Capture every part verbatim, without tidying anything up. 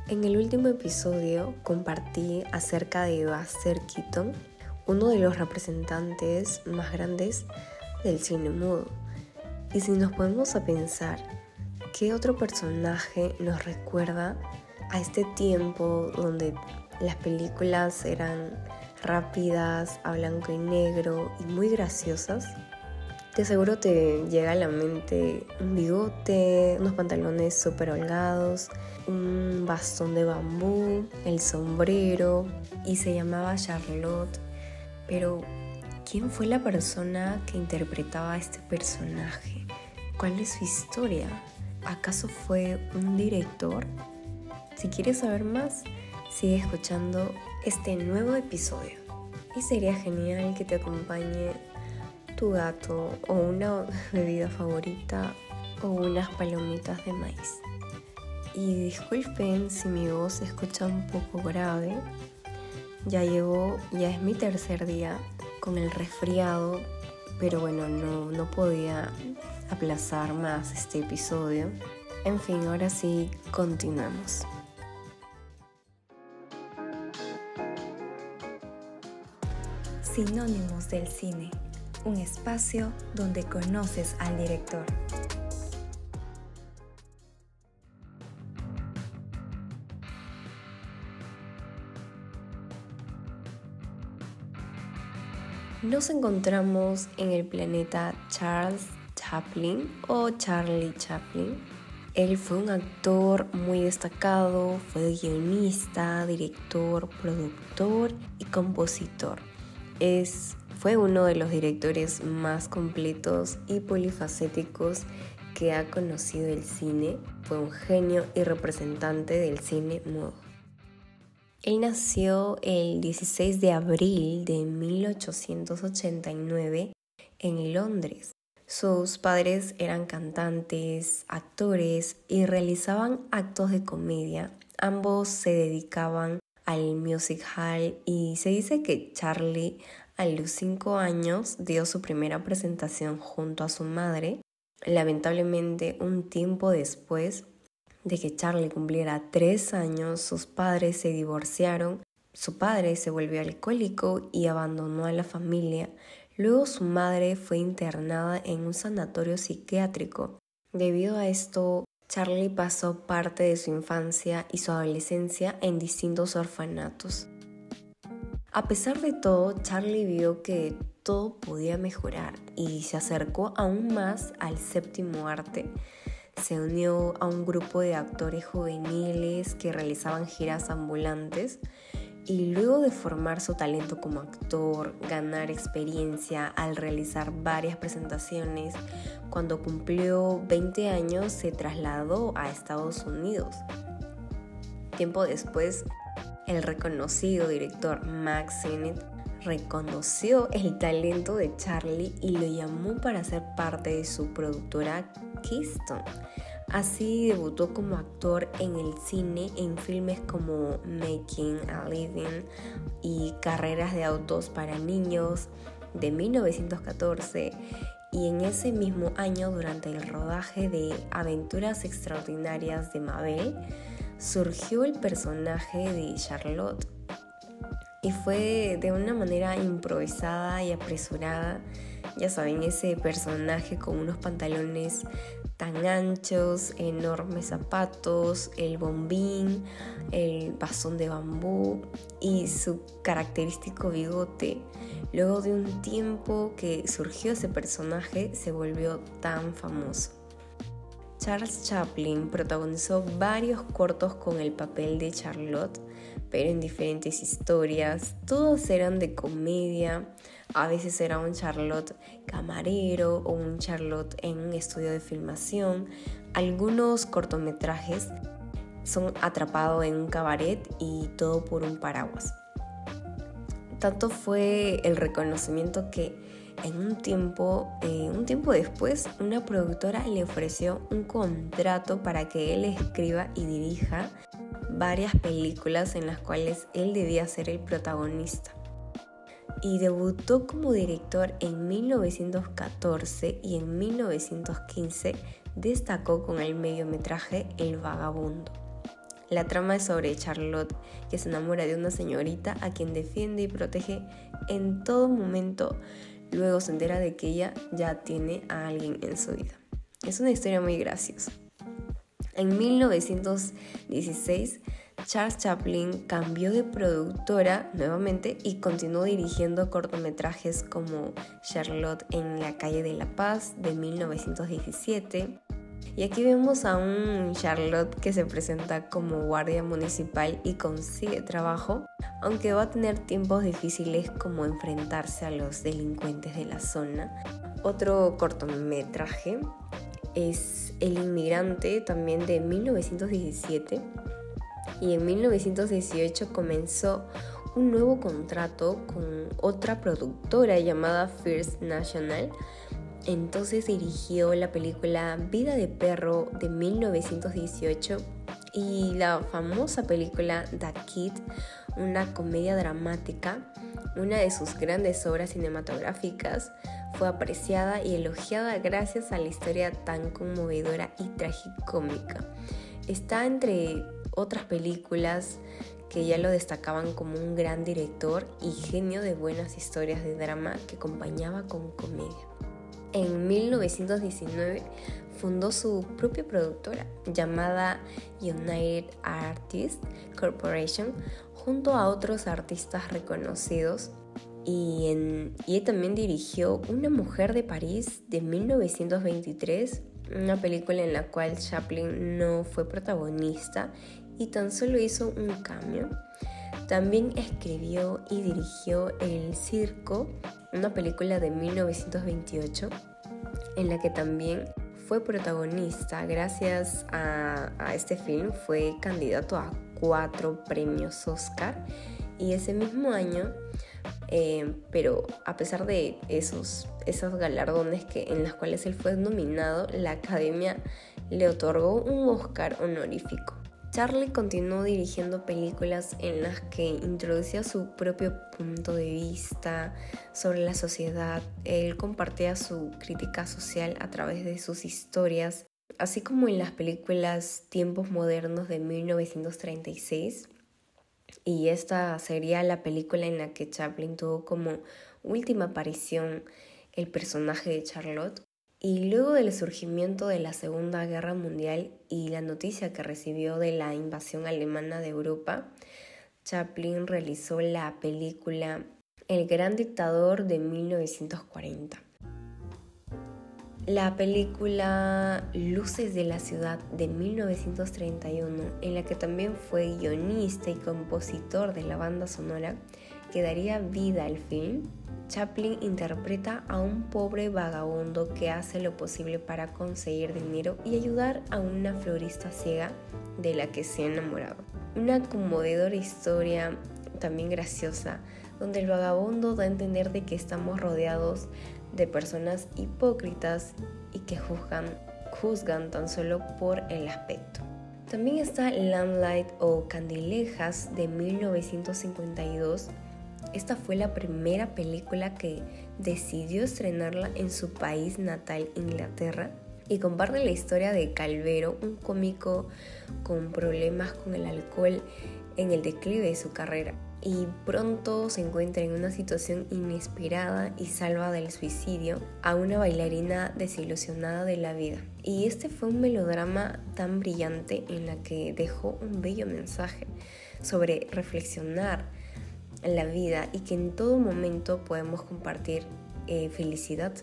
En el último episodio compartí acerca de Buster Keaton, uno de los representantes más grandes del cine mudo. Y si nos ponemos a pensar, ¿qué otro personaje nos recuerda a este tiempo donde las películas eran rápidas, a blanco y negro y muy graciosas? De seguro te llega a la mente un bigote, unos pantalones súper holgados, un bastón de bambú, el sombrero, y se llamaba Charlotte. Pero, ¿quién fue la persona que interpretaba a este personaje? ¿Cuál es su historia? ¿Acaso fue un director? Si quieres saber más, sigue escuchando este nuevo episodio. Y sería genial que te acompañe tu gato o una bebida favorita o unas palomitas de maíz. Y disculpen si mi voz se escucha un poco grave. Ya llevo, ya es mi tercer día con el resfriado, pero bueno, no, no podía aplazar más este episodio. En fin, ahora sí, continuamos. Sinónimos del cine, un espacio donde conoces al director. Nos encontramos en el planeta Charles Chaplin o Charlie Chaplin. Él fue un actor muy destacado, fue guionista, director, productor y compositor. Es, fue uno de los directores más completos y polifacéticos que ha conocido el cine. Fue un genio y representante del cine mudo. Él nació el dieciséis de abril de mil ochocientos ochenta y nueve en Londres. Sus padres eran cantantes, actores y realizaban actos de comedia. Ambos se dedicaban al music hall y se dice que Charlie a los cinco años dio su primera presentación junto a su madre. Lamentablemente, un tiempo después de que Charlie cumpliera tres años, sus padres se divorciaron. Su padre se volvió alcohólico y abandonó a la familia. Luego su madre fue internada en un sanatorio psiquiátrico. Debido a esto, Charlie pasó parte de su infancia y su adolescencia en distintos orfanatos. A pesar de todo, Charlie vio que todo podía mejorar y se acercó aún más al séptimo arte. Se unió a un grupo de actores juveniles que realizaban giras ambulantes y luego de formar su talento como actor, ganar experiencia al realizar varias presentaciones, cuando cumplió veinte años se trasladó a Estados Unidos. Tiempo después, el reconocido director Mack Sennett reconoció el talento de Charlie y lo llamó para ser parte de su productora Keystone. Así debutó como actor en el cine en filmes como Making a Living y Carreras de autos para niños de mil novecientos catorce, y en ese mismo año, durante el rodaje de Aventuras Extraordinarias de Mabel, surgió el personaje de Charlotte. Y fue de una manera improvisada y apresurada. Ya saben, ese personaje con unos pantalones tan anchos, enormes zapatos, el bombín, el bastón de bambú y su característico bigote. Luego de un tiempo que surgió ese personaje, se volvió tan famoso. Charles Chaplin protagonizó varios cortos con el papel de Charlotte, pero en diferentes historias. Todos eran de comedia. A veces era un Charlotte camarero o un Charlotte en un estudio de filmación. Algunos cortometrajes son atrapados en un cabaret y todo por un paraguas. Tanto fue el reconocimiento que en un tiempo, eh, un tiempo después, una productora le ofreció un contrato para que él escriba y dirija varias películas en las cuales él debía ser el protagonista. Y debutó como director en mil novecientos catorce y en mil novecientos quince destacó con el mediometraje El Vagabundo. La trama es sobre Charlotte, que se enamora de una señorita a quien defiende y protege en todo momento. Luego se entera de que ella ya tiene a alguien en su vida. Es una historia muy graciosa. En mil novecientos dieciséis, Charles Chaplin cambió de productora nuevamente y continuó dirigiendo cortometrajes como Charlotte en la calle de La Paz de mil novecientos diecisiete. Y aquí vemos a un Charlotte que se presenta como guardia municipal y consigue trabajo, aunque va a tener tiempos difíciles como enfrentarse a los delincuentes de la zona. Otro cortometraje es El Inmigrante, también de mil novecientos diecisiete. Y en mil novecientos dieciocho comenzó un nuevo contrato con otra productora llamada First National. Entonces dirigió la película Vida de Perro de mil novecientos dieciocho y la famosa película The Kid, una comedia dramática, una de sus grandes obras cinematográficas. Fue apreciada y elogiada gracias a la historia tan conmovedora y tragicómica. Está entre otras películas que ya lo destacaban como un gran director y genio de buenas historias de drama que acompañaba con comedia. En mil novecientos diecinueve fundó su propia productora llamada United Artists Corporation junto a otros artistas reconocidos y, en, y también dirigió Una mujer de París de mil novecientos veintitrés, una película en la cual Chaplin no fue protagonista y tan solo hizo un cameo. También escribió y dirigió El Circo, una película de mil novecientos veintiocho, en la que también fue protagonista. Gracias a, a este film fue candidato a cuatro premios Oscar y ese mismo año, eh, pero a pesar de esos, esos galardones que, en los cuales él fue nominado, la Academia le otorgó un Oscar honorífico. Charlie continuó dirigiendo películas en las que introducía su propio punto de vista sobre la sociedad. Él compartía su crítica social a través de sus historias, así como en las películas Tiempos Modernos de mil novecientos treinta y seis. Y esta sería la película en la que Chaplin tuvo como última aparición el personaje de Charlotte. Y luego del surgimiento de la Segunda Guerra Mundial y la noticia que recibió de la invasión alemana de Europa, Chaplin realizó la película El Gran Dictador de mil novecientos cuarenta. La película Luces de la Ciudad de mil novecientos treinta y uno, en la que también fue guionista y compositor de la banda sonora que daría vida al film, Chaplin interpreta a un pobre vagabundo que hace lo posible para conseguir dinero y ayudar a una florista ciega de la que se ha enamorado. Una conmovedora historia, también graciosa, donde el vagabundo da a entender de que estamos rodeados de personas hipócritas y que juzgan, juzgan tan solo por el aspecto. También está Lamplight o Candilejas de mil novecientos cincuenta y dos. Esta fue la primera película que decidió estrenarla en su país natal, Inglaterra, y comparte la historia de Calvero, un cómico con problemas con el alcohol en el declive de su carrera, y pronto se encuentra en una situación inesperada y salva del suicidio a una bailarina desilusionada de la vida. Y este fue un melodrama tan brillante en la que dejó un bello mensaje sobre reflexionar la vida y que en todo momento podemos compartir eh, felicidad.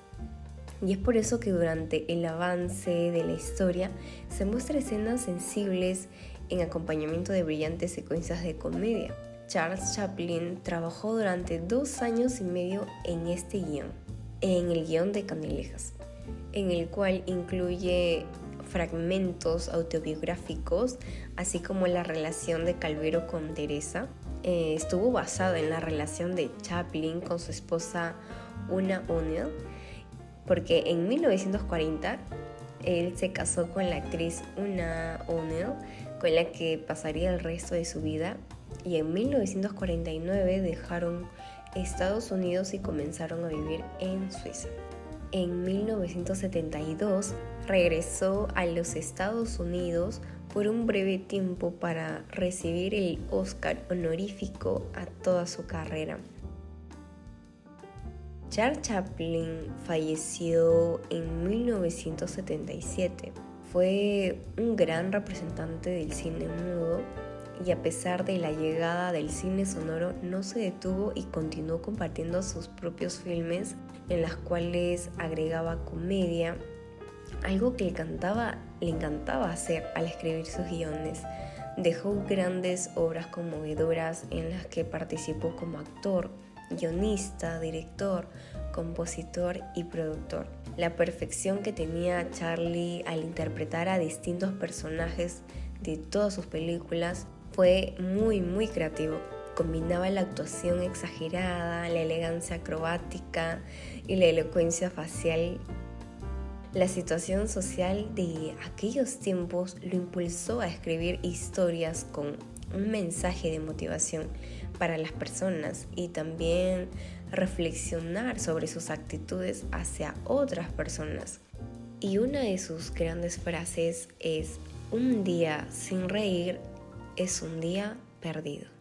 Y es por eso que durante el avance de la historia se muestran escenas sensibles en acompañamiento de brillantes secuencias de comedia. Charles Chaplin trabajó durante dos años y medio en este guión, en el guión de Candilejas, en el cual incluye fragmentos autobiográficos, así como la relación de Calvero con Teresa. Eh, estuvo basado en la relación de Chaplin con su esposa Una O'Neill, porque en mil novecientos cuarenta él se casó con la actriz Una O'Neill, con la que pasaría el resto de su vida, y en mil novecientos cuarenta y nueve dejaron Estados Unidos y comenzaron a vivir en Suiza. En mil novecientos setenta y dos regresó a los Estados Unidos por un breve tiempo para recibir el Oscar honorífico a toda su carrera. Charles Chaplin falleció en mil novecientos setenta y siete. Fue un gran representante del cine mudo y a pesar de la llegada del cine sonoro no se detuvo y continuó compartiendo sus propios filmes en los cuales agregaba comedia, algo que le encantaba, le encantaba hacer al escribir sus guiones. Dejó grandes obras conmovedoras en las que participó como actor, guionista, director, compositor y productor. La perfección que tenía Charlie al interpretar a distintos personajes de todas sus películas fue muy muy creativo. Combinaba la actuación exagerada, la elegancia acrobática y la elocuencia facial. La situación social de aquellos tiempos lo impulsó a escribir historias con un mensaje de motivación para las personas y también reflexionar sobre sus actitudes hacia otras personas. Y una de sus grandes frases es: un día sin reír es un día perdido.